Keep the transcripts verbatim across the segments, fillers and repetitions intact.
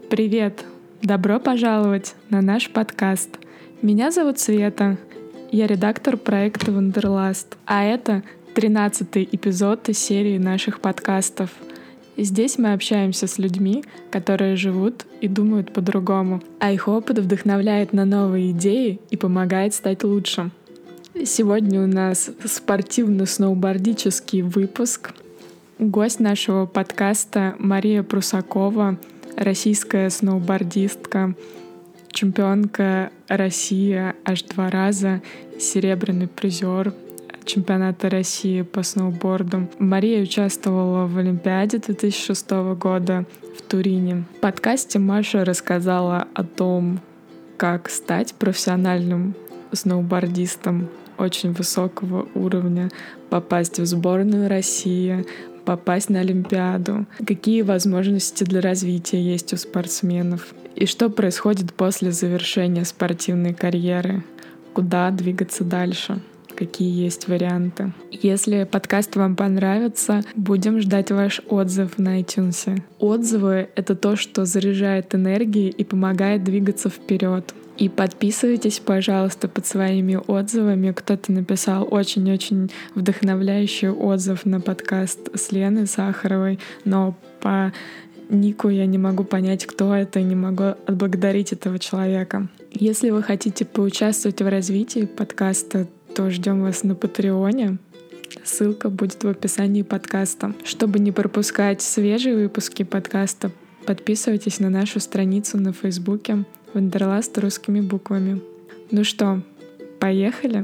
Привет! Добро пожаловать на наш подкаст. Меня зовут Света, я редактор проекта Wanderlust, а это тринадцатый эпизод из серии наших подкастов. Здесь мы общаемся с людьми, которые живут и думают по-другому, а их опыт вдохновляет на новые идеи и помогает стать лучше. Сегодня у нас спортивно-сноубордический выпуск. Гость нашего подкаста Мария Прусакова, российская сноубордистка, чемпионка России аж два раза, серебряный призер чемпионата России по сноуборду. Мария участвовала в Олимпиаде две тысячи шестого года в Турине. В подкасте Маша рассказала о том, как стать профессиональным сноубордистом очень высокого уровня, попасть в сборную России, попасть на Олимпиаду, какие возможности для развития есть у спортсменов и что происходит после завершения спортивной карьеры, куда двигаться дальше, какие есть варианты. Если подкаст вам понравится, будем ждать ваш отзыв на iTunes. Отзывы — это то, что заряжает энергией и помогает двигаться вперед. И подписывайтесь, пожалуйста, под своими отзывами. Кто-то написал очень-очень вдохновляющий отзыв на подкаст с Леной Сахаровой, но по нику я не могу понять, кто это, и не могу отблагодарить этого человека. Если вы хотите поучаствовать в развитии подкаста, то ждем вас на Патреоне. Ссылка будет в описании подкаста. Чтобы не пропускать свежие выпуски подкаста, подписывайтесь на нашу страницу на Фейсбуке Wanderlust русскими буквами. Ну что, поехали?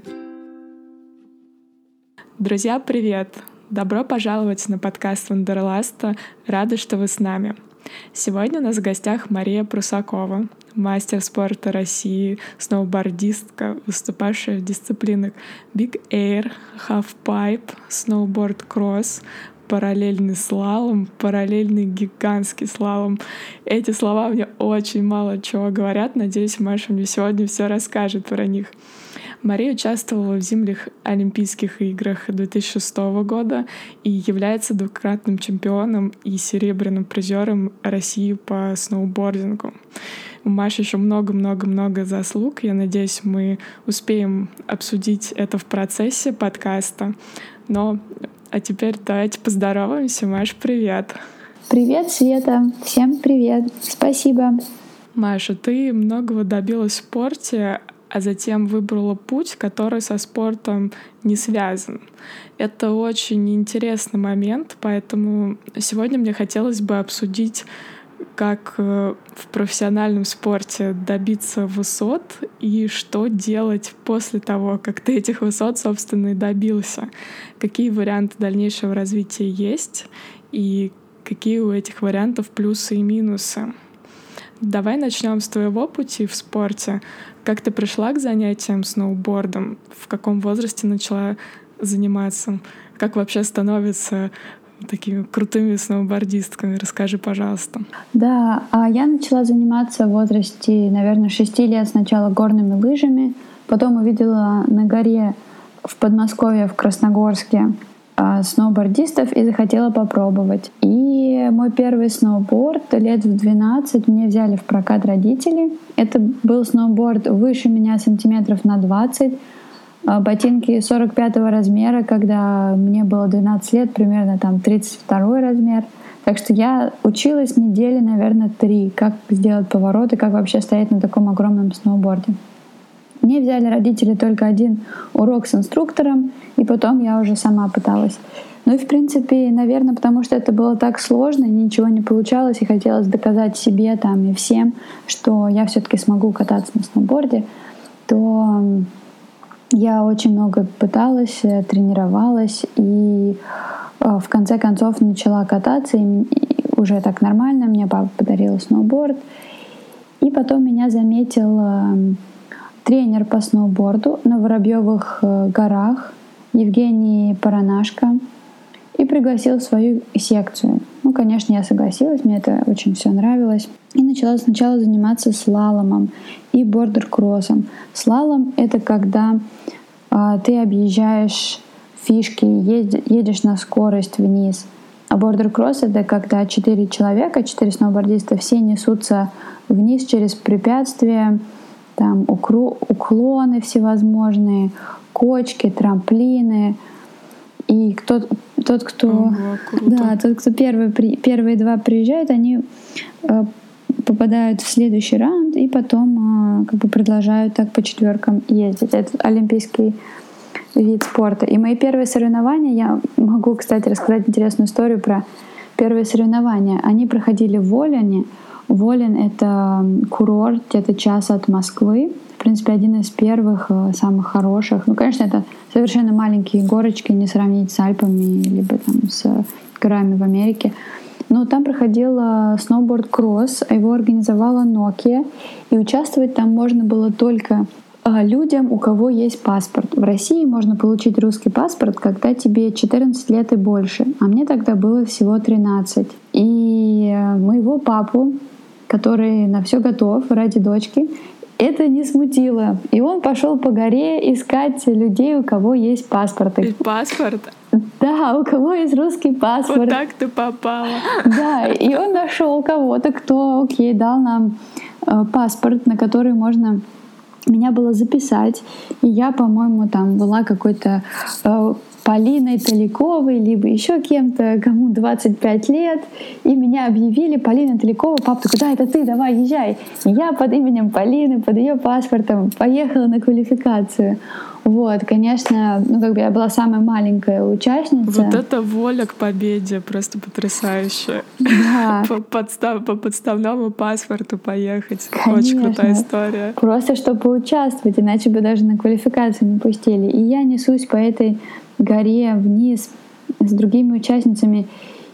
Друзья, привет! Добро пожаловать на подкаст Wanderlust. Рада, что вы с нами. Сегодня у нас в гостях Мария Прусакова, мастер спорта России, сноубордистка, выступавшая в дисциплинах Big Air, Halfpipe, Snowboard Cross, параллельный слалом, параллельный гигантский слалом. Эти слова мне очень мало чего говорят. Надеюсь, Маша мне сегодня все расскажет про них. Мария участвовала в зимних Олимпийских играх две тысячи шестого года и является двукратным чемпионом и серебряным призером России по сноубордингу. У Маши еще много-много-много заслуг. Я надеюсь, мы успеем обсудить это в процессе подкаста. Но а теперь давайте поздороваемся. Маш, привет! Привет, Света! Всем привет! Спасибо! Маша, ты многого добилась в спорте, а затем выбрала путь, который со спортом не связан. Это очень интересный момент, поэтому сегодня мне хотелось бы обсудить, как в профессиональном спорте добиться высот и что делать после того, как ты этих высот, собственно, и добился. Какие варианты дальнейшего развития есть и какие у этих вариантов плюсы и минусы. Давай начнем с твоего пути в спорте. Как ты пришла к занятиям сноубордом? В каком возрасте начала заниматься? Как вообще становится такими крутыми сноубордистками? Расскажи, пожалуйста. Да, я начала заниматься в возрасте, наверное, шести лет сначала горными лыжами, потом увидела на горе в Подмосковье, в Красногорске, сноубордистов и захотела попробовать. И мой первый сноуборд лет в двенадцать мне взяли в прокат родители. Это был сноуборд выше меня сантиметров на двадцать, ботинки сорок пятого размера, когда мне было двенадцать лет, примерно там тридцать второй размер. Так что я училась недели, наверное, три, как сделать повороты, как вообще стоять на таком огромном сноуборде. Мне взяли родители только один урок с инструктором, и потом я уже сама пыталась. Ну и, в принципе, наверное, потому что это было так сложно, ничего не получалось, и хотелось доказать себе там и всем, что я все-таки смогу кататься на сноуборде, то я очень много пыталась, тренировалась, и в конце концов начала кататься, и уже так нормально. Мне папа подарил сноуборд, и потом меня заметил тренер по сноуборду на Воробьевых горах Евгений Паранашко и пригласил в свою секцию. Ну, конечно, я согласилась, мне это очень все нравилось. И начала сначала заниматься слаломом и бордер-кроссом. Слалом — это когда а, ты объезжаешь фишки, едешь на скорость вниз. А бордер-кросс — это когда четыре человека, четыре сноубордиста, все несутся вниз через препятствия, там укру- уклоны всевозможные, кочки, трамплины. И кто, тот, кто, Ого, да, тот, кто первый, первые два приезжают, они э, попадают в следующий раунд и потом э, как бы продолжают так по четверкам ездить. Это олимпийский вид спорта. И мои первые соревнования, я могу, кстати, рассказать интересную историю про первые соревнования. Они проходили в Волене. Волен — это курорт где-то час от Москвы. В принципе, один из первых, самых хороших. Ну, конечно, это совершенно маленькие горочки, не сравнить с Альпами, либо там с горами в Америке. Но там проходил сноуборд-кросс, его организовала Nokia, и участвовать там можно было только людям, у кого есть паспорт. В России можно получить русский паспорт, когда тебе четырнадцать лет и больше, а мне тогда было всего тринадцать. И моего папу, который на все готов ради дочки, это не смутило. И он пошел по горе искать людей, у кого есть паспорт. И паспорт? Да, у кого есть русский паспорт. Вот так ты попала. Да, и он нашел кого-то, кто, окей, дал нам э, паспорт, на который можно меня было записать. И я, по-моему, там была какой-то э, Полиной Таликовой, либо еще кем-то, кому двадцать пять лет. И меня объявили: Полина Таликова. Пап такой: да, это ты, давай, езжай. И я под именем Полины, под ее паспортом поехала на квалификацию. Вот, конечно, ну как бы я была самая маленькая участница. Вот это воля к победе, просто потрясающая. Да. По, подстав, по подставному паспорту поехать. Конечно. Очень крутая история. Просто чтобы поучаствовать, иначе бы даже на квалификацию не пустили. И я несусь по этой горе вниз с другими участницами.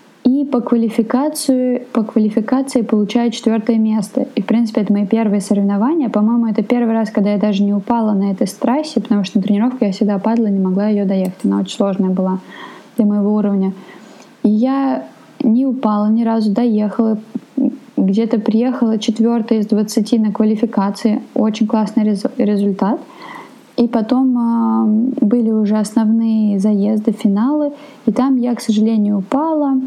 И по квалификации, по квалификации получаю четвертое место. И, в принципе, это мои первые соревнования. По-моему, это первый раз, когда я даже не упала на этой трассе, потому что на тренировке я всегда падала, не могла ее доехать. Она очень сложная была для моего уровня. И я не упала ни разу, доехала. Где-то приехала четвертая из двадцати на квалификации. Очень классный резу- результат. И потом э, были уже основные заезды, финалы. И там я, к сожалению, упала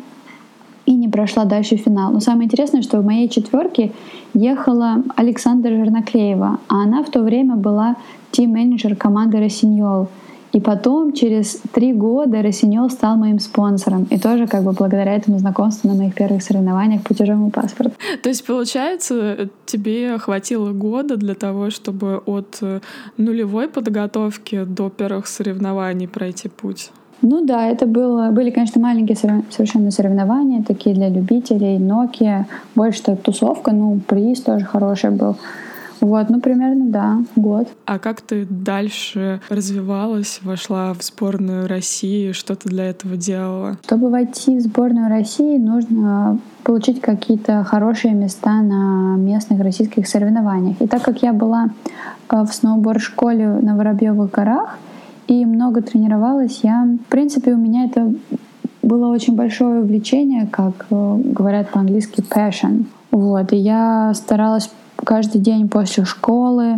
и не прошла дальше финал. Но самое интересное, что в моей четверке ехала Александра Жерноклеева, а она в то время была тим-менеджер команды «Росиньол». И потом, через три года, «Росиньол» стал моим спонсором. И тоже как бы благодаря этому знакомству на моих первых соревнованиях путевому паспорту. То есть, получается, тебе хватило года для того, чтобы от нулевой подготовки до первых соревнований пройти путь? Ну да, это было, были, конечно, маленькие совершенно соревнования, такие для любителей, Nokia, больше тусовка, ну, приз тоже хороший был. Вот, ну, примерно, да, год. А как ты дальше развивалась, вошла в сборную России? Что ты для этого делала? Чтобы войти в сборную России, нужно получить какие-то хорошие места на местных российских соревнованиях. И так как я была в сноуборд-школе на Воробьевых горах и много тренировалась, я, в принципе, у меня это было очень большое увлечение, как говорят по-английски passion. Вот, и я старалась каждый день после школы.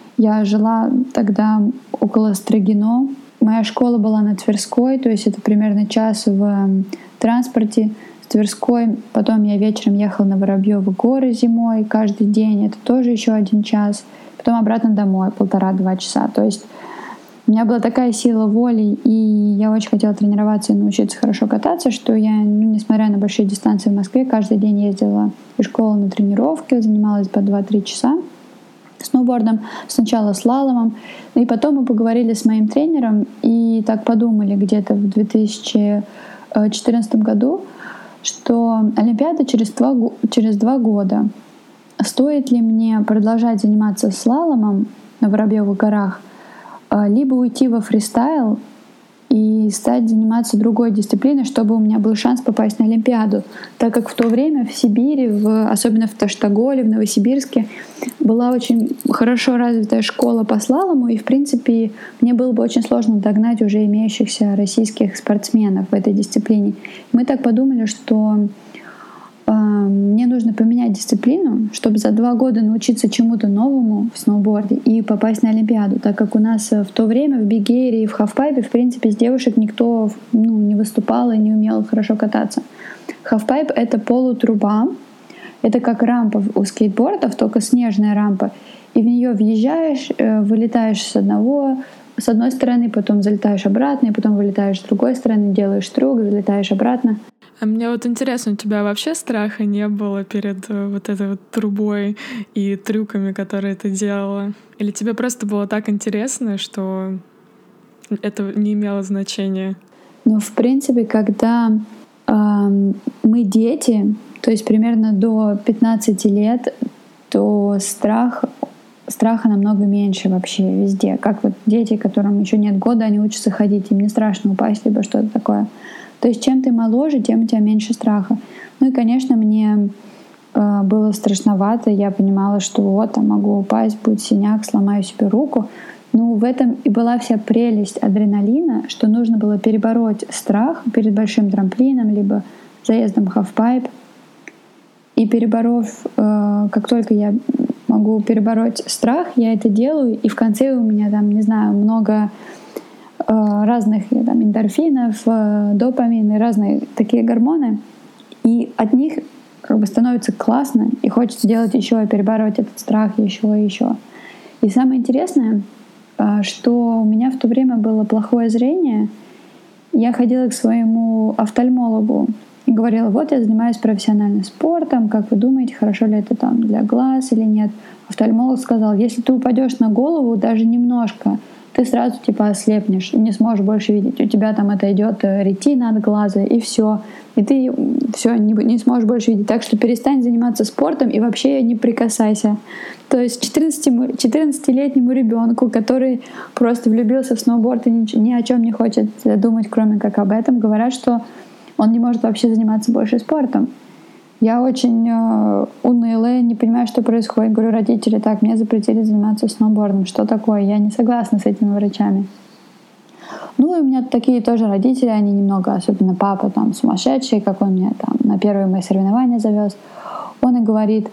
Я жила тогда около Строгино. Моя школа была на Тверской, то есть это примерно час в транспорте с Тверской. Потом я вечером ехала на Воробьёвы горы зимой каждый день. Это тоже еще один час. Потом обратно домой полтора-два часа. То есть у меня была такая сила воли, и я очень хотела тренироваться и научиться хорошо кататься, что я, ну, несмотря на большие дистанции в Москве, каждый день ездила из школы на тренировки, занималась по два-три часа сноубордом, сначала слаломом. И потом мы поговорили с моим тренером и так подумали где-то в две тысячи четырнадцатом году, что Олимпиада через два, через два года. Стоит ли мне продолжать заниматься слаломом на Воробьевых горах, либо уйти во фристайл и стать заниматься другой дисциплиной, чтобы у меня был шанс попасть на Олимпиаду. Так как в то время в Сибири, в, особенно в Таштаголе, в Новосибирске, была очень хорошо развитая школа по слалому, и, в принципе, мне было бы очень сложно догнать уже имеющихся российских спортсменов в этой дисциплине. Мы так подумали, что мне нужно поменять дисциплину, чтобы за два года научиться чему-то новому в сноуборде и попасть на Олимпиаду, так как у нас в то время в бигейре и в хафпайпе, в принципе, из девушек никто ну, не выступал и не умел хорошо кататься. Хафпайп — это полутруба, это как рампа у скейтбордов, только снежная рампа, и в нее въезжаешь, вылетаешь с одного, с одной стороны, потом залетаешь обратно, и потом вылетаешь с другой стороны, делаешь трюк, залетаешь обратно. А мне вот интересно, у тебя вообще страха не было перед вот этой вот трубой и трюками, которые ты делала? Или тебе просто было так интересно, что это не имело значения? Ну, в принципе, когда э, мы дети, то есть примерно до пятнадцати лет, то страх, страха намного меньше вообще везде. Как вот дети, которым еще нет года, они учатся ходить, им не страшно упасть, либо что-то такое. То есть чем ты моложе, тем у тебя меньше страха. Ну и, конечно, мне э, было страшновато. Я понимала, что вот, там могу упасть, будет синяк, сломаю себе руку. Ну, в этом и была вся прелесть адреналина, что нужно было перебороть страх перед большим трамплином, либо заездом в хафпайп. И переборов, э, как только я могу перебороть страх, я это делаю, и в конце у меня там, не знаю, много разных там, эндорфинов, допамин, разные такие гормоны. И от них как бы становится классно, и хочется делать еще, и перебороть этот страх еще и еще. И самое интересное, что у меня в то время было плохое зрение. Я ходила к своему офтальмологу и говорила: вот я занимаюсь профессиональным спортом, как вы думаете, хорошо ли это там для глаз или нет? Офтальмолог сказал: если ты упадешь на голову даже немножко, ты сразу типа ослепнешь и не сможешь больше видеть. У тебя там это идет ретина от глаза, и все. И ты все не, не сможешь больше видеть. Так что перестань заниматься спортом и вообще не прикасайся. То есть четырнадцатилетнему ребенку, который просто влюбился в сноуборд и ни, ни о чем не хочет думать, кроме как об этом, говорят, что он не может вообще заниматься больше спортом. Я очень э, унылая, не понимаю, что происходит. Говорю: родители, так, мне запретили заниматься сноубордом. Что такое? Я не согласна с этими врачами. Ну и у меня такие тоже родители, они немного, особенно папа там сумасшедший, как он меня там на первые мои соревнования завез. Он и говорит: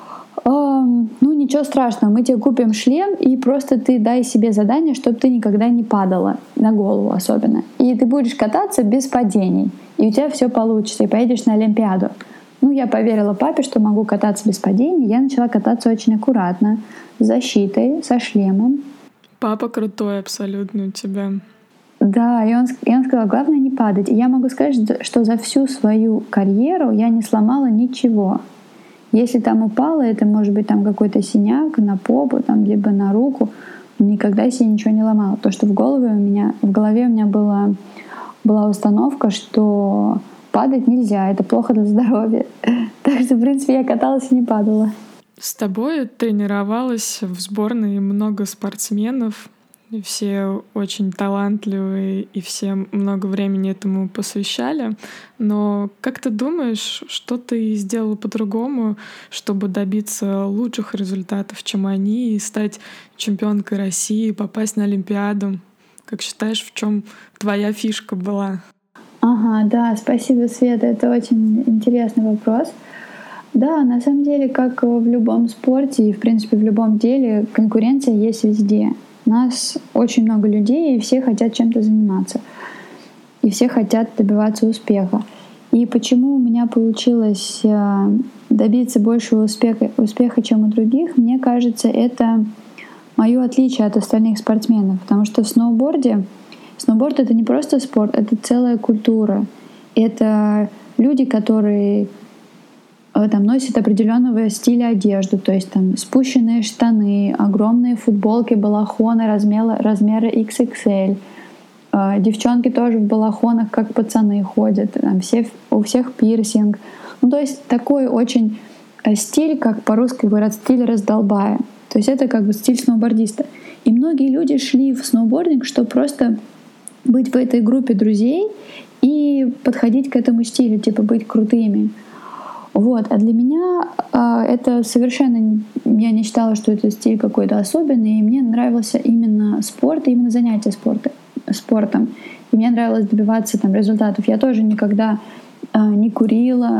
эм, ну ничего страшного, мы тебе купим шлем, и просто ты дай себе задание, чтобы ты никогда не падала, на голову особенно. И ты будешь кататься без падений, и у тебя все получится, и поедешь на Олимпиаду. Ну, я поверила папе, что могу кататься без падений. Я начала кататься очень аккуратно, с защитой, со шлемом. Папа крутой абсолютно у тебя. Да, и он, и он сказал: главное не падать. И я могу сказать, что за всю свою карьеру я не сломала ничего. Если там упала, это может быть там какой-то синяк на попу, там, либо на руку. Никогда себе ничего не ломала. То, что в голове у меня, в голове у меня была, была установка, что падать нельзя, это плохо для здоровья. Так что, в принципе, я каталась и не падала. С тобой тренировалась в сборной много спортсменов. Все очень талантливые и все много времени этому посвящали. Но как ты думаешь, что ты сделала по-другому, чтобы добиться лучших результатов, чем они, и стать чемпионкой России, попасть на Олимпиаду? Как считаешь, в чем твоя фишка была? Ага, да, спасибо, Света, это очень интересный вопрос. Да, на самом деле, как в любом спорте и, в принципе, в любом деле, конкуренция есть везде. У нас очень много людей, и все хотят чем-то заниматься. И все хотят добиваться успеха. И почему у меня получилось добиться большего успеха, успеха, чем у других, мне кажется, это мое отличие от остальных спортсменов. Потому что в сноуборде Сноуборд — это не просто спорт, это целая культура. Это люди, которые там носят определенного стиля одежду, то есть там спущенные штаны, огромные футболки, балахоны размера, размера икс икс эль. Девчонки тоже в балахонах, как пацаны, ходят. Там все, у всех пирсинг. Ну, то есть такой очень стиль, как по-русски говорят, стиль раздолбая. То есть это как бы стиль сноубордиста. И многие люди шли в сноубординг, чтобы просто быть в этой группе друзей и подходить к этому стилю, типа быть крутыми. Вот. А для меня э, это совершенно... Я не считала, что это стиль какой-то особенный, и мне нравился именно спорт, именно занятие спорта, спортом. И мне нравилось добиваться там результатов. Я тоже никогда э, не курила,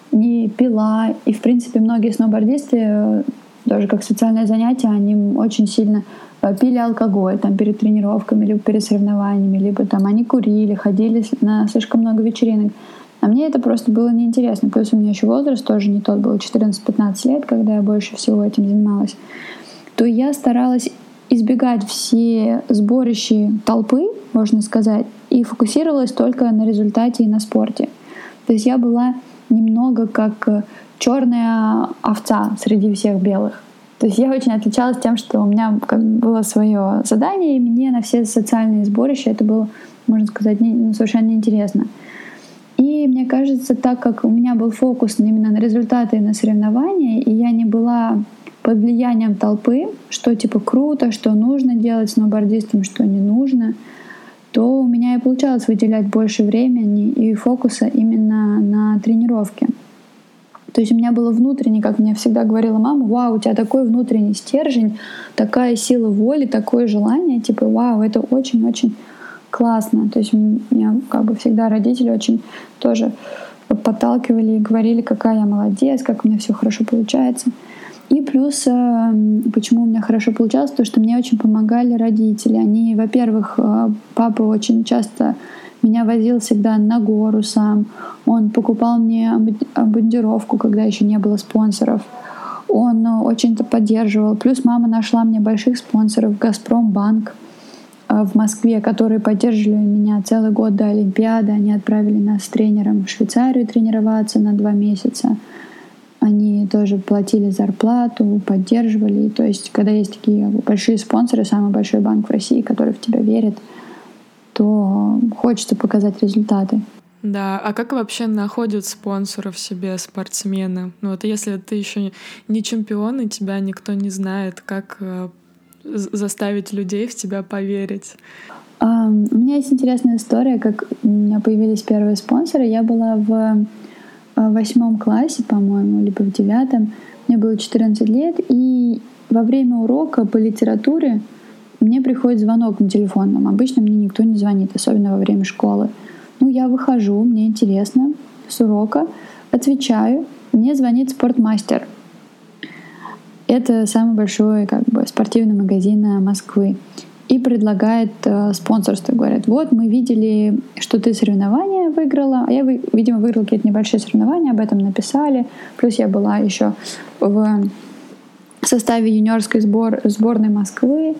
не пила. И, в принципе, многие сноубордисты, даже как социальное занятие, они очень сильно пили алкоголь там, перед тренировками, либо перед соревнованиями, либо там они курили, ходили на слишком много вечеринок. А мне это просто было неинтересно. Плюс у меня еще возраст тоже не тот был, четырнадцать-пятнадцать лет, когда я больше всего этим занималась. То я старалась избегать все сборища толпы, можно сказать, и фокусировалась только на результате и на спорте. То есть я была немного как черная овца среди всех белых. То есть я очень отличалась тем, что у меня как бы было свое задание, и мне на все социальные сборища это было, можно сказать, не, ну, совершенно неинтересно. И мне кажется, так как у меня был фокус именно на результаты и на соревнования, и я не была под влиянием толпы, что типа круто, что нужно делать сноубордистам, что не нужно, то у меня и получалось выделять больше времени и фокуса именно на тренировке. То есть у меня было внутренне, как мне всегда говорила мама, вау, у тебя такой внутренний стержень, такая сила воли, такое желание, типа вау, это очень-очень классно. То есть у меня как бы всегда родители очень тоже подталкивали и говорили, какая я молодец, как у меня все хорошо получается. И плюс, почему у меня хорошо получалось, то, что мне очень помогали родители. Они, во-первых, папа очень часто меня возил всегда на гору сам. Он покупал мне обмундировку, когда еще не было спонсоров. Он очень-то поддерживал. Плюс мама нашла мне больших спонсоров. «Газпромбанк» в Москве, которые поддерживали меня целый год до Олимпиады. Они отправили нас с тренером в Швейцарию тренироваться на два месяца. Они тоже платили зарплату, поддерживали. То есть, когда есть такие большие спонсоры, самый большой банк в России, который в тебя верит, то хочется показать результаты. Да, а как вообще находят спонсоров себе спортсмены? Ну вот если ты еще не чемпион, и тебя никто не знает, как э, заставить людей в тебя поверить? Um, у меня есть интересная история, как у меня появились первые спонсоры. Я была в в восьмом классе, по-моему, либо в девятом. Мне было четырнадцать лет, и во время урока по литературе мне приходит звонок на телефон. Обычно мне никто не звонит, особенно во время школы. Ну, я выхожу, мне интересно, с урока, отвечаю, мне звонит «Спортмастер». Это самый большой как бы, спортивный магазин Москвы. И предлагает э, спонсорство. Говорят, вот мы видели, что ты соревнования выиграла. А я, видимо, выиграла какие-то небольшие соревнования, об этом написали. Плюс я была еще в составе юниорской сбор, сборной Москвы.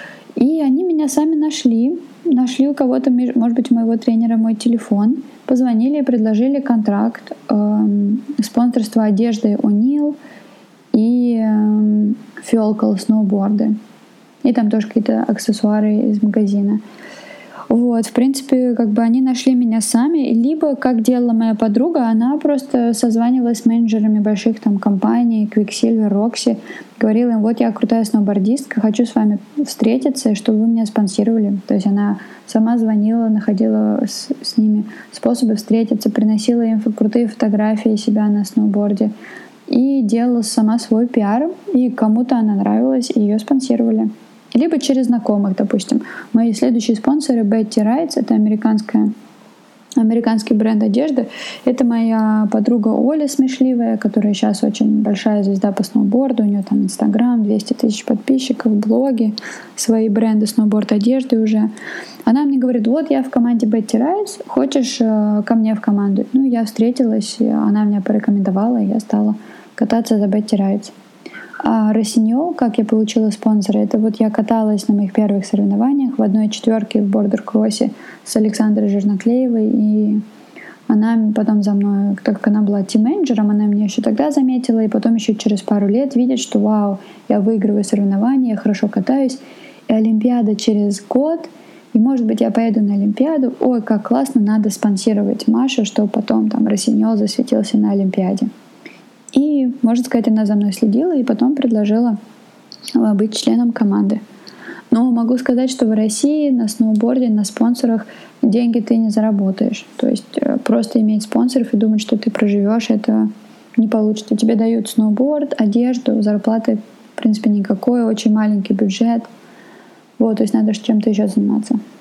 И они меня сами нашли. Нашли у кого-то, может быть, у моего тренера мой телефон. Позвонили и предложили контракт. Э, спонсорство одежды O'Neill и э, Фиолкал сноуборды. И там тоже какие-то аксессуары из магазина. Вот, в принципе, как бы они нашли меня сами. Либо, как делала моя подруга, она просто созванивалась с менеджерами больших там компаний, Quicksilver, Roxy, говорила им, вот я крутая сноубордистка, хочу с вами встретиться, чтобы вы меня спонсировали. То есть она сама звонила, находила с, с ними способы встретиться, приносила им крутые фотографии себя на сноуборде и делала сама свой пиар, и кому-то она нравилась, и ее спонсировали. Либо через знакомых, допустим. Мои следующие спонсоры Betty Rights, это американская, американский бренд одежды. Это моя подруга Оля Смешливая, которая сейчас очень большая звезда по сноуборду. У нее там Инстаграм, двести тысяч подписчиков, блоги, свои бренды сноуборд одежды уже. Она мне говорит, вот я в команде Betty Rights, хочешь э, ко мне в команду? Ну, я встретилась, она меня порекомендовала, и я стала кататься за Betty Rights. А Rossignol, как я получила спонсора, это вот я каталась на моих первых соревнованиях в одной четверке в бордер-кроссе с Александрой Жирноклеевой, и она потом за мной, так как она была тим-менеджером, она меня еще тогда заметила, и потом еще через пару лет видит, что вау, я выигрываю соревнования, я хорошо катаюсь, и Олимпиада через год, и может быть я поеду на Олимпиаду, ой, как классно, надо спонсировать Машу, чтобы потом там Rossignol засветился на Олимпиаде. И, можно сказать, она за мной следила и потом предложила быть членом команды. Но могу сказать, что в России на сноуборде, на спонсорах деньги ты не заработаешь. То есть просто иметь спонсоров и думать, что ты проживешь, это не получится. Тебе дают сноуборд, одежду, зарплаты в принципе никакой, очень маленький бюджет. Вот, то есть надо чем-то еще заниматься.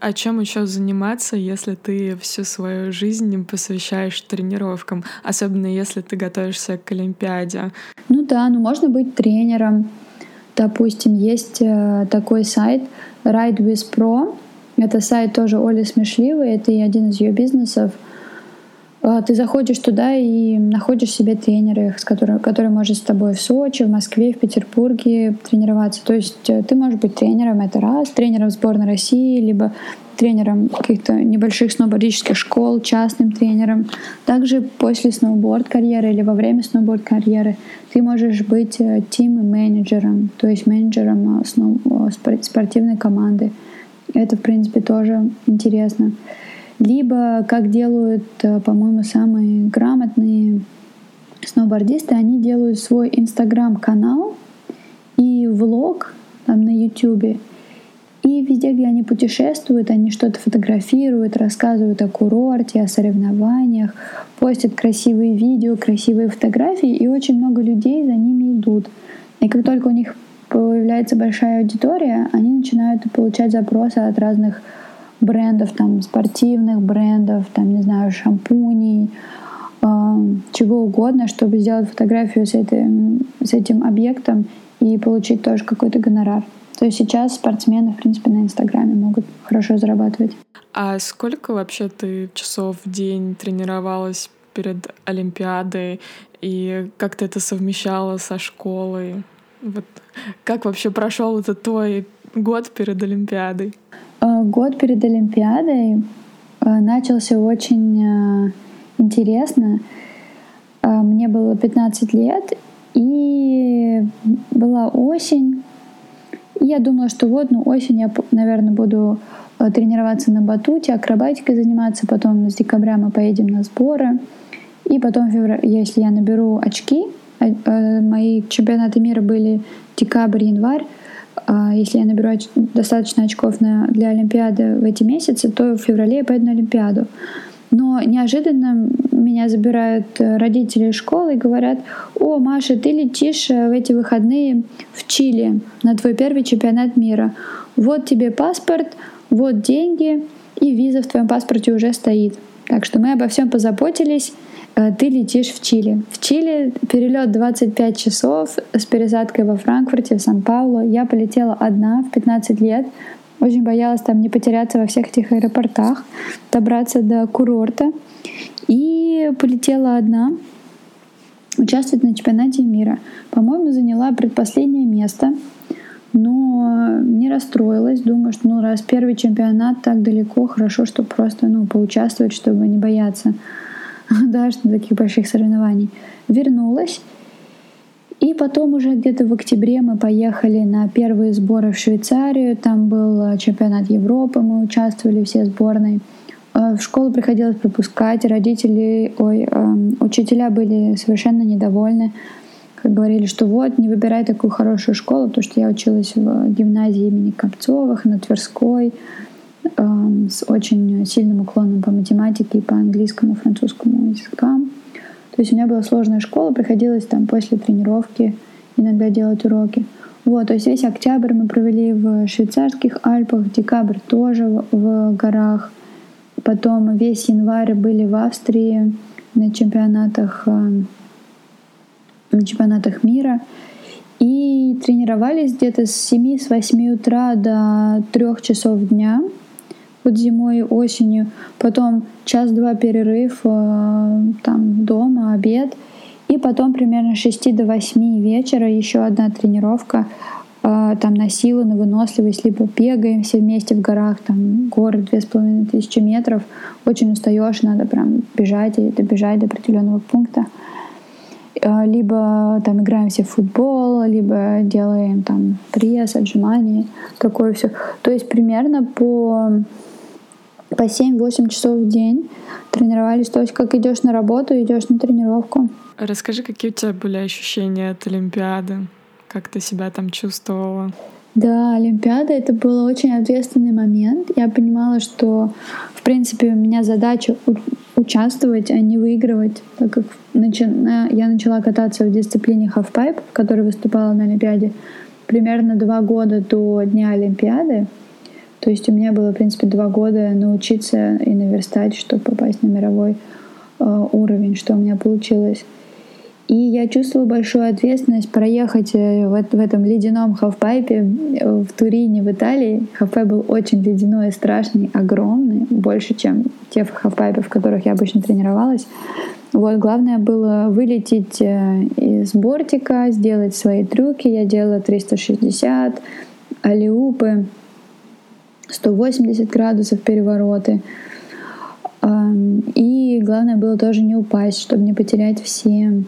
А чем еще заниматься, если ты всю свою жизнь посвящаешь тренировкам, особенно если ты готовишься к Олимпиаде? Ну да, ну можно быть тренером. Допустим, есть э, такой сайт RideWithPro. Это сайт тоже Оли Смешливой, это и один из ее бизнесов. Э, ты заходишь туда и находишь себе тренера, с которым, который может с тобой в Сочи, в Москве, в Петербурге тренироваться. То есть э, ты можешь быть тренером, это раз, тренером сборной России, либо тренером каких-то небольших сноубордических школ, частным тренером. Также после сноуборд-карьеры или во время сноуборд-карьеры ты можешь быть тим-менеджером, то есть менеджером спортивной команды. Это, в принципе, тоже интересно. Либо, как делают, по-моему, самые грамотные сноубордисты, они делают свой инстаграм-канал и влог там на ютубе. И везде, где они путешествуют, они что-то фотографируют, рассказывают о курорте, о соревнованиях, постят красивые видео, красивые фотографии, и очень много людей за ними идут. И как только у них появляется большая аудитория, они начинают получать запросы от разных брендов, там, спортивных брендов, там, не знаю, шампуней, э, чего угодно, чтобы сделать фотографию с этим, с этим объектом и получить тоже какой-то гонорар. То есть сейчас спортсмены, в принципе, на Инстаграме могут хорошо зарабатывать. А сколько вообще ты часов в день тренировалась перед Олимпиадой? И как ты это совмещала со школой? Вот как вообще прошел этот твой год перед Олимпиадой? Год перед Олимпиадой начался очень интересно. Мне было пятнадцать лет, и была осень. И я думала, что вот, ну, осень я, наверное, буду тренироваться на батуте, акробатикой заниматься. Потом с декабря мы поедем на сборы. И потом, в феврале, если я наберу очки, мои чемпионаты мира были декабрь, январь. Если я наберу оч- достаточно очков на, для Олимпиады в эти месяцы, то в феврале я поеду на Олимпиаду. Но неожиданно меня забирают родители из школы и говорят: «О, Маша, ты летишь в эти выходные в Чили на твой первый чемпионат мира. Вот тебе паспорт, вот деньги, и виза в твоем паспорте уже стоит. Так что мы обо всем позаботились, ты летишь в Чили». В Чили перелет двадцать пять часов с пересадкой во Франкфурте, в Сан-Паулу. Я полетела одна в пятнадцать лет. Очень боялась там не потеряться во всех этих аэропортах, добраться до курорта. И полетела одна участвовать на чемпионате мира. По-моему, заняла предпоследнее место, но не расстроилась. Думаю, что ну, раз первый чемпионат так далеко, хорошо, чтобы просто ну, поучаствовать, чтобы не бояться да, что таких больших соревнований. Вернулась. И потом уже где-то в октябре мы поехали на первые сборы в Швейцарию. Там был чемпионат Европы, мы участвовали все сборной. В школу приходилось пропускать. Родители, ой, э, учителя были совершенно недовольны. Как говорили, что вот, не выбирай такую хорошую школу, потому что я училась в гимназии имени Копцовых на Тверской э, с очень сильным уклоном по математике и по английскому, французскому языкам. То есть у меня была сложная школа, приходилось там после тренировки иногда делать уроки. Вот, то есть весь октябрь мы провели в швейцарских Альпах, декабрь тоже в, в горах. Потом весь январь были в Австрии на чемпионатах, на чемпионатах мира. И тренировались где-то с семи с восьми утра до трёх часов дня. Вот зимой и осенью. Потом час-два перерыв там дома, обед. И потом примерно с шести до восьми вечера еще одна тренировка там на силу, на выносливость, либо бегаем все вместе в горах, там горы две с половиной тысячи метров, очень устаешь, надо прям бежать и добежать до определенного пункта. Либо там играем все в футбол, либо делаем там пресс, отжимания, такое все. То есть примерно по, по семь-восемь часов в день тренировались. То есть как идешь на работу, идешь на тренировку. Расскажи, какие у тебя были ощущения от Олимпиады? Как ты себя там чувствовала? Да, Олимпиада — это был очень ответственный момент. Я понимала, что, в принципе, у меня задача участвовать, а не выигрывать, так как я начала кататься в дисциплине halfpipe, в которой выступала на Олимпиаде, примерно два года до дня Олимпиады. То есть у меня было, в принципе, два года научиться и наверстать, чтобы попасть на мировой э, уровень, что у меня получилось. И я чувствовала большую ответственность проехать в, в этом ледяном хавпайпе в Турине, в Италии. Хавпайп был очень ледяной, страшный, огромный, больше, чем те хавпайпы, в которых я обычно тренировалась. Вот, главное было вылететь из бортика, сделать свои трюки. Я делала триста шестьдесят, аллиупы, сто восемьдесят градусов перевороты. И главное было тоже не упасть, чтобы не потерять все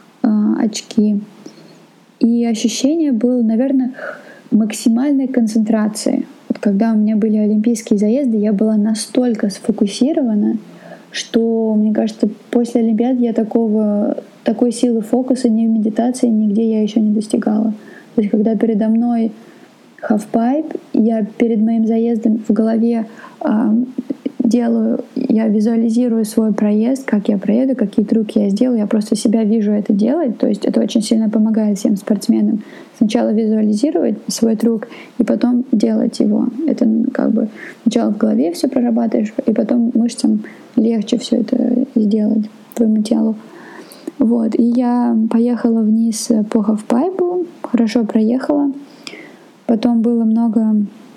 очки. И ощущение было, наверное, максимальной концентрации. Вот когда у меня были олимпийские заезды, я была настолько сфокусирована, что, мне кажется, после Олимпиад я такого, такой силы фокуса ни в медитации, нигде я еще не достигала. То есть когда передо мной хавпайп, я перед моим заездом в голове э, делаю, я визуализирую свой проезд, как я проеду, какие трюки я сделаю, я просто себя вижу это делать, то есть это очень сильно помогает всем спортсменам. Сначала визуализировать свой трюк и потом делать его. Это как бы сначала в голове все прорабатываешь, и потом мышцам легче все это сделать, твоему телу. Вот. И я поехала вниз по хавпайпу, хорошо проехала. Потом было много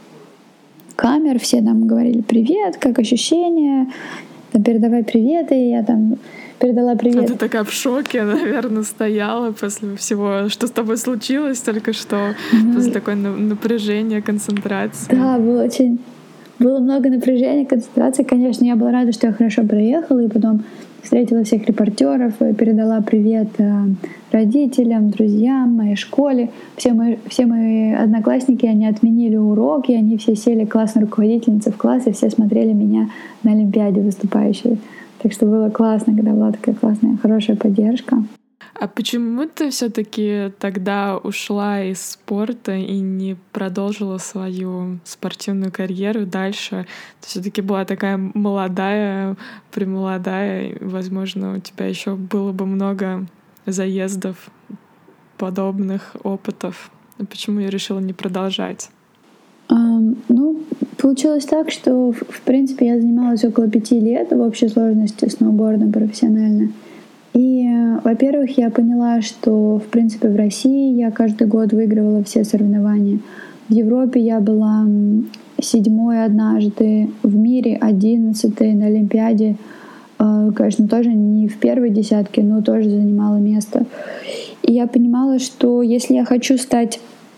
камер, все там говорили «Привет, как ощущения?» там, «Передавай приветы», и я там передала привет. А ты такая в шоке, наверное, стояла после всего, что с тобой случилось только что, ну, после такой напряжения, концентрации. Да, было очень... Было много напряжения, концентрации. Конечно, я была рада, что я хорошо проехала, и потом встретила всех репортеров, передала привет родителям, друзьям, моей школе. Все мои, все мои одноклассники, они отменили уроки, они все сели, классная руководительница в классе, все смотрели меня на Олимпиаде выступающей. Так что было классно, когда была такая классная, хорошая поддержка. А почему ты все-таки тогда ушла из спорта и не продолжила свою спортивную карьеру дальше? Ты все-таки была такая молодая, премолодая, и, возможно, у тебя еще было бы много заездов, подобных опытов. Почему я решила не продолжать? Um, ну, получилось так, что, в принципе, я занималась около пяти лет в общей сложности сноубордом профессионально. И, во-первых, я поняла, что, в принципе, в России я каждый год выигрывала все соревнования. В Европе я была седьмой однажды, в мире одиннадцатой, на Олимпиаде, конечно, тоже не в первой десятке, но тоже занимала место. И я понимала, что если я хочу стать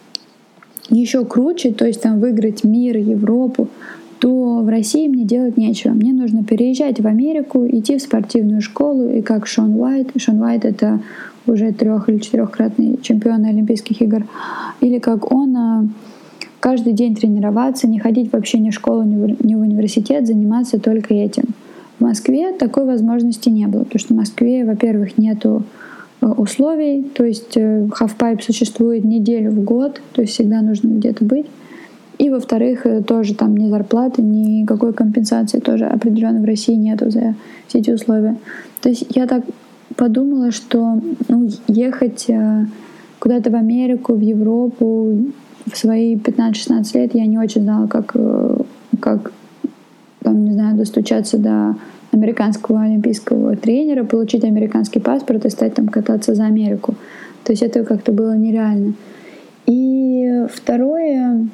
еще круче, то есть там выиграть мир, Европу, то в России мне делать нечего. Мне нужно переезжать в Америку, идти в спортивную школу, и как Шон Уайт. Шон Уайт — это уже трех- или четырехкратный чемпион Олимпийских игр. Или как он, каждый день тренироваться, не ходить вообще ни в школу, ни в университет, заниматься только этим. В Москве такой возможности не было, потому что в Москве, во-первых, нету условий, то есть хавпайп существует неделю в год, то есть всегда нужно где-то быть. И, во-вторых, тоже там ни зарплаты, никакой компенсации тоже определенно в России нету за все эти условия. То есть я так подумала, что ну, ехать куда-то в Америку, в Европу в свои пятнадцать-шестнадцать лет я не очень знала, как, как там, не знаю, достучаться до американского олимпийского тренера, получить американский паспорт и стать там кататься за Америку. То есть это как-то было нереально. И второе...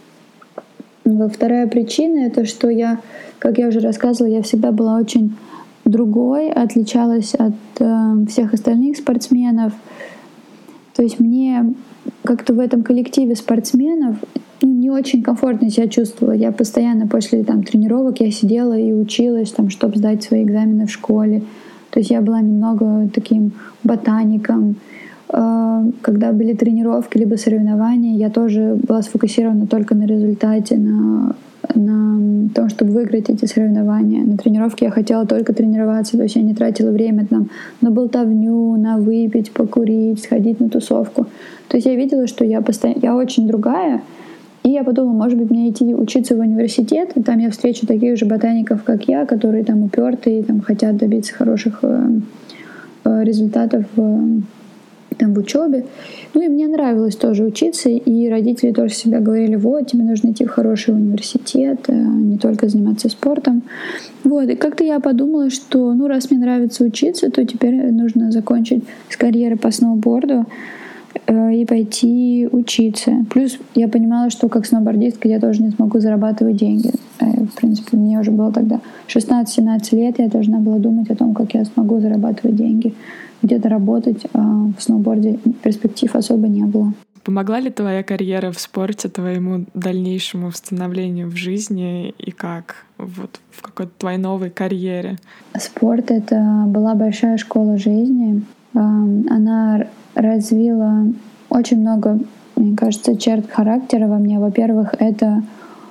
Вторая причина — это что я, как я уже рассказывала, я всегда была очень другой, отличалась от э, всех остальных спортсменов. То есть мне как-то в этом коллективе спортсменов ну, не очень комфортно себя чувствовала. Я постоянно после там, тренировок я сидела и училась, там, чтобы сдать свои экзамены в школе. То есть я была немного таким ботаником. Когда были тренировки либо соревнования, я тоже была сфокусирована только на результате, на, на том, чтобы выиграть эти соревнования. На тренировке я хотела только тренироваться, то есть я не тратила время там, на болтовню, на выпить, покурить, сходить на тусовку. То есть я видела, что я, постоянно, я очень другая, и я подумала, может быть, мне идти учиться в университет, и там я встречу таких же ботаников, как я, которые там упертые, там, хотят добиться хороших э, результатов в там в учебе. Ну и мне нравилось тоже учиться, и родители тоже всегда говорили: вот, тебе нужно идти в хороший университет, не только заниматься спортом. Вот, и как-то я подумала, что ну раз мне нравится учиться, то теперь нужно закончить с карьеры по сноуборду и пойти учиться. Плюс я понимала, что как сноубордистка я тоже не смогу зарабатывать деньги. В принципе, мне уже было тогда шестнадцать-семнадцать лет, я должна была думать о том, как я смогу зарабатывать деньги, где-то работать. А в сноуборде перспектив особо не было. Помогла ли твоя карьера в спорте твоему дальнейшему становлению в жизни и как? Вот в какой-то твоей новой карьере? Спорт — это была большая школа жизни. Она развила очень много, мне кажется, черт характера во мне. Во-первых, это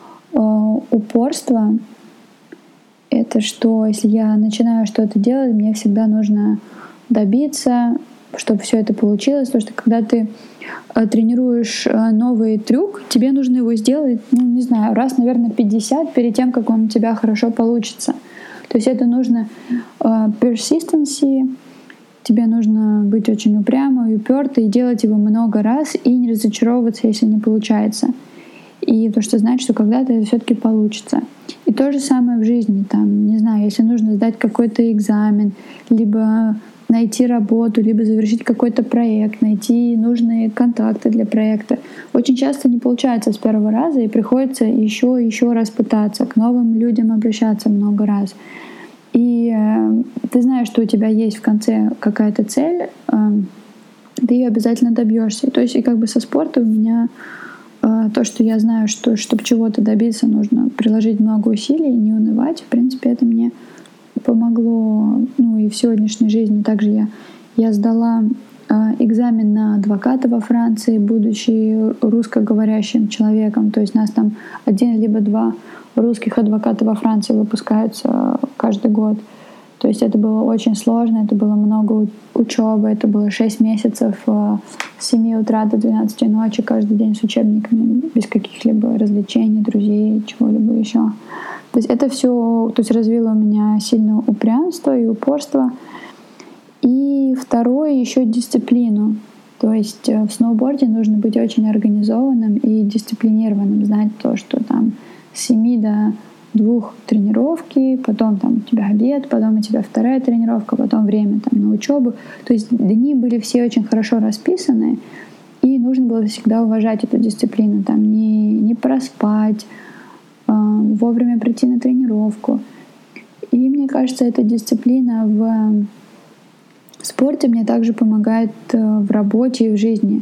упорство. Это что, если я начинаю что-то делать, мне всегда нужно добиться, чтобы все это получилось. Потому что когда ты тренируешь новый трюк, тебе нужно его сделать, ну, не знаю, раз, наверное, пятьдесят перед тем, как он у тебя хорошо получится. То есть это нужно persistency, тебе нужно быть очень упрямой, упёртой и делать его много раз и не разочаровываться, если не получается. И то, что знать, что когда-то это всё-таки получится. И то же самое в жизни. Там, не знаю, если нужно сдать какой-то экзамен, либо найти работу, либо завершить какой-то проект, найти нужные контакты для проекта. Очень часто не получается с первого раза, и приходится еще и еще раз пытаться, к новым людям обращаться много раз. И э, ты знаешь, что у тебя есть в конце какая-то цель, э, ты ее обязательно добьешься. То есть и как бы со спортом у меня э, то, что я знаю, что чтобы чего-то добиться, нужно приложить много усилий, не унывать. В принципе, это мне помогло, ну и в сегодняшней жизни. Также я, я сдала э, экзамен на адвоката во Франции, будучи русскоговорящим человеком. То есть нас там один либо два русских адвоката во Франции выпускаются каждый год. То есть это было очень сложно, это было много учебы, это было шесть месяцев с семи утра до двенадцати ночи, каждый день с учебниками, без каких-либо развлечений, друзей, чего-либо еще. То есть это все, то есть развило у меня сильное упрямство и упорство. И второе, еще дисциплину. То есть в сноуборде нужно быть очень организованным и дисциплинированным, знать то, что там с семи до двух тренировки, потом там у тебя обед, потом у тебя вторая тренировка, потом время там на учебу. То есть дни были все очень хорошо расписаны, и нужно было всегда уважать эту дисциплину, там не, не проспать, э, вовремя прийти на тренировку. И мне кажется, эта дисциплина в спорте мне также помогает в работе и в жизни.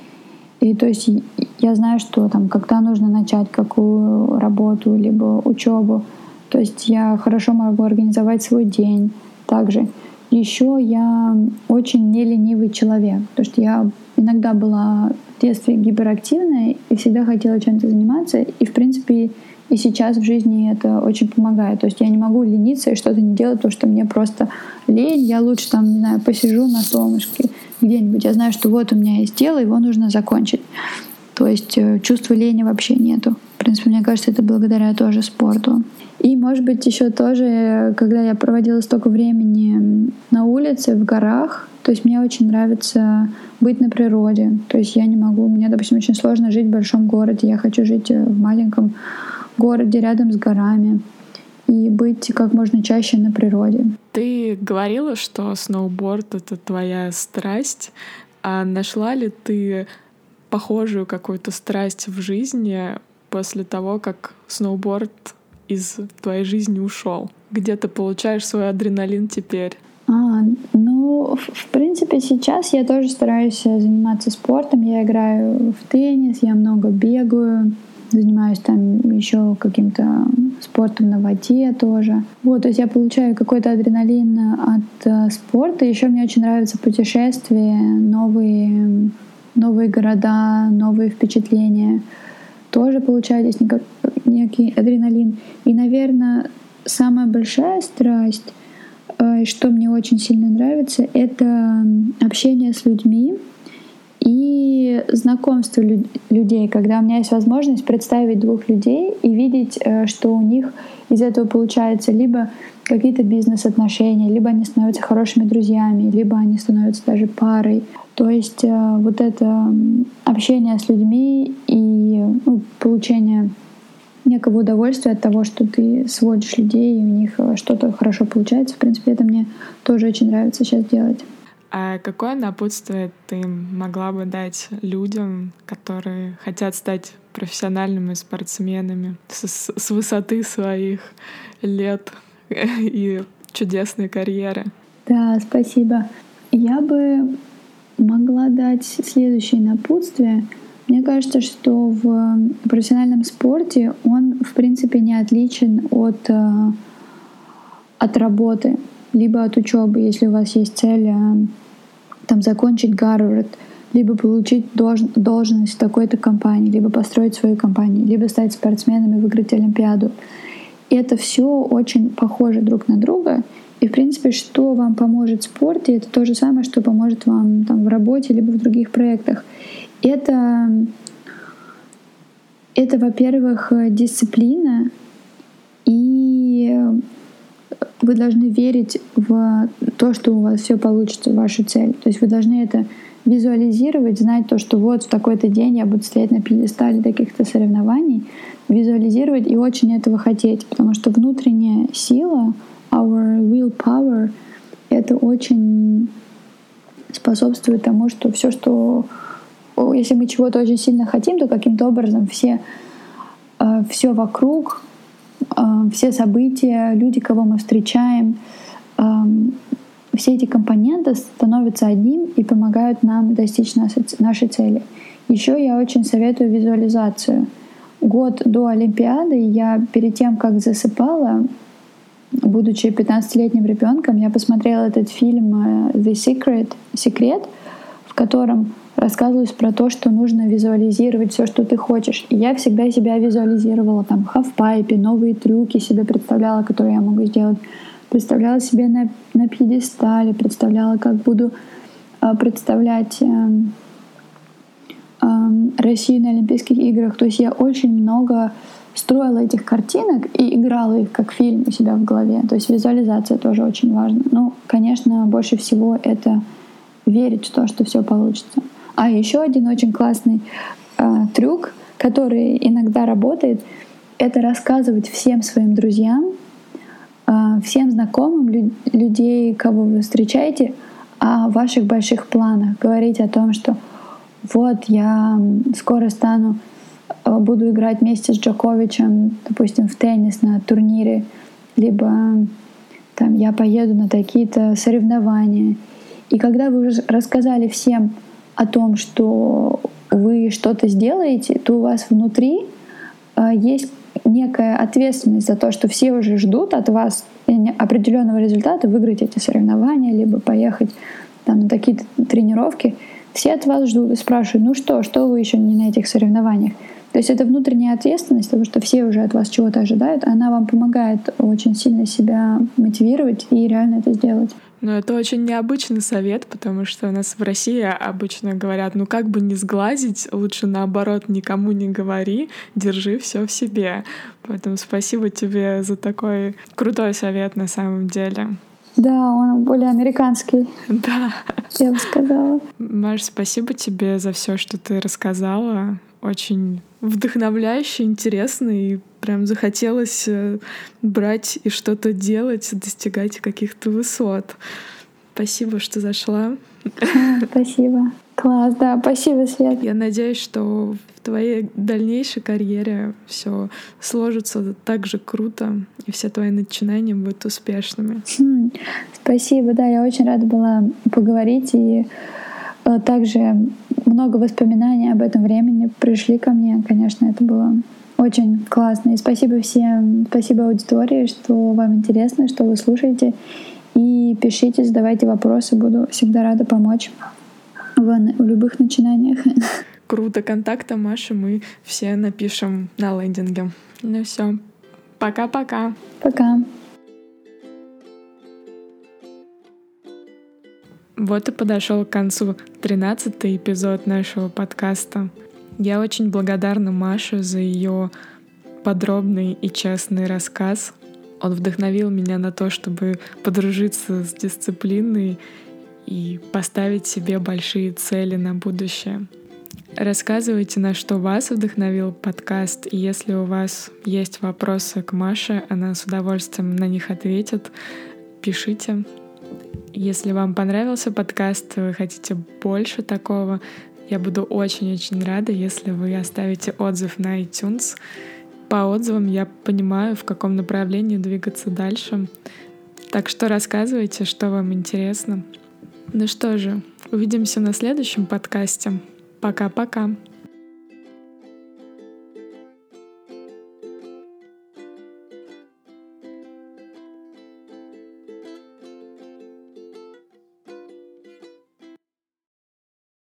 И то есть я знаю, что там, когда нужно начать какую работу либо учебу, то есть я хорошо могу организовать свой день. Также еще я очень неленивый человек, потому что я иногда была в детстве гиперактивная и всегда хотела чем-то заниматься, и в принципе и сейчас в жизни это очень помогает. То есть я не могу лениться и что-то не делать, потому что мне просто лень. Я лучше там, не знаю, посижу на солнышке где-нибудь. Я знаю, что вот у меня есть дело, его нужно закончить. То есть чувства лени вообще нету. В принципе, мне кажется, это благодаря тоже спорту. И, может быть, еще тоже, когда я проводила столько времени на улице, в горах, то есть мне очень нравится быть на природе. То есть я не могу, мне, допустим, очень сложно жить в большом городе. Я хочу жить в маленьком городе рядом с горами и быть как можно чаще на природе. Ты говорила, что сноуборд — это твоя страсть. А нашла ли ты похожую какую-то страсть в жизни после того, как сноуборд из твоей жизни ушел? Где ты получаешь свой адреналин теперь? А, ну, в принципе, сейчас я тоже стараюсь заниматься спортом. Я играю в теннис, я много бегаю, занимаюсь там еще каким-то спортом на воде тоже. Вот, то есть я получаю какой-то адреналин от uh, спорта. Еще мне очень нравятся путешествия, новые, новые города, новые впечатления. Тоже получаю здесь некий, некий адреналин. И, наверное, самая большая страсть, uh, что мне очень сильно нравится, это общение с людьми и знакомство лю- людей, когда у меня есть возможность представить двух людей и видеть, что у них из этого получается либо какие-то бизнес-отношения, либо они становятся хорошими друзьями, либо они становятся даже парой. То есть э, вот это общение с людьми и ну, получение некого удовольствия от того, что ты сводишь людей, и у них что-то хорошо получается. В принципе, это мне тоже очень нравится сейчас делать. А какое напутствие ты могла бы дать людям, которые хотят стать профессиональными спортсменами с, с высоты своих лет и чудесной карьеры? Да, спасибо. Я бы могла дать следующее напутствие. Мне кажется, что в профессиональном спорте он, в принципе, не отличен от, от работы, либо от учебы, если у вас есть цель там, закончить Гарвард, либо получить долж, должность в такой-то компании, либо построить свою компанию, либо стать спортсменом и выиграть Олимпиаду. И это все очень похоже друг на друга. И, в принципе, что вам поможет в спорте, это то же самое, что поможет вам там, в работе, либо в других проектах. Это, это, во-первых, дисциплина, и вы должны верить в то, что у вас все получится, в вашу цель. То есть вы должны это визуализировать, знать то, что вот в такой-то день я буду стоять на пьедестале таких-то соревнований, визуализировать и очень этого хотеть, потому что внутренняя сила, our willpower, это очень способствует тому, что все, что если мы чего-то очень сильно хотим, то каким-то образом все, все вокруг, все события, люди, кого мы встречаем, все эти компоненты становятся одним и помогают нам достичь нашей цели. Еще я очень советую визуализацию. Год до Олимпиады я перед тем, как засыпала, будучи пятнадцатилетним ребенком, я посмотрела этот фильм The Secret, Секрет, в котором рассказывалось про то, что нужно визуализировать все, что ты хочешь. И я всегда себя визуализировала там в хавпайпе, новые трюки себе представляла, которые я могу сделать. Представляла себе на, на пьедестале, представляла, как буду э, представлять э, э, Россию на Олимпийских играх. То есть я очень много строила этих картинок и играла их как фильм у себя в голове. То есть визуализация тоже очень важна. Ну, конечно, больше всего это верить в то, что все получится. А еще один очень классный э, трюк, который иногда работает, это рассказывать всем своим друзьям, э, всем знакомым, лю- людей, кого вы встречаете, о ваших больших планах. Говорить о том, что вот я скоро стану, э, буду играть вместе с Джоковичем, допустим, в теннис на турнире, либо там, я поеду на такие-то соревнования. И когда вы уже рассказали всем о том, что вы что-то сделаете, то у вас внутри э, есть некая ответственность за то, что все уже ждут от вас определенного результата, выиграть эти соревнования, либо поехать там, на такие-то тренировки. Все от вас ждут и спрашивают, ну что, что вы еще не на этих соревнованиях? То есть это внутренняя ответственность, потому что все уже от вас чего-то ожидают, она вам помогает очень сильно себя мотивировать и реально это сделать. Но это очень необычный совет, потому что у нас в России обычно говорят, ну как бы не сглазить, лучше наоборот никому не говори, держи все в себе. Поэтому спасибо тебе за такой крутой совет на самом деле. Да, он более американский. Да. Я бы сказала. Маш, спасибо тебе за все, что ты рассказала. Очень вдохновляюще, интересно, и прям захотелось брать и что-то делать, достигать каких-то высот. Спасибо, что зашла. Спасибо. Класс, да, спасибо, Свет. Я надеюсь, что в твоей дальнейшей карьере все сложится так же круто, и все твои начинания будут успешными. Хм, спасибо, да, я очень рада была поговорить, и э, также много воспоминаний об этом времени пришли ко мне. Конечно, это было очень классно. И спасибо всем, спасибо аудитории, что вам интересно, что вы слушаете. И пишите, задавайте вопросы. Буду всегда рада помочь в, в любых начинаниях. Круто. Контакты Маши мы все напишем на лендинге. Ну все. Пока-пока. Пока. Вот и подошел к концу тринадцатый эпизод нашего подкаста. Я очень благодарна Маше за ее подробный и честный рассказ. Он вдохновил меня на то, чтобы подружиться с дисциплиной и поставить себе большие цели на будущее. Рассказывайте, на что вас вдохновил подкаст, и если у вас есть вопросы к Маше, она с удовольствием на них ответит. Пишите. Если вам понравился подкаст, вы хотите больше такого, я буду очень-очень рада, если вы оставите отзыв на iTunes. По отзывам я понимаю, в каком направлении двигаться дальше. Так что рассказывайте, что вам интересно. Ну что же, увидимся на следующем подкасте. Пока-пока.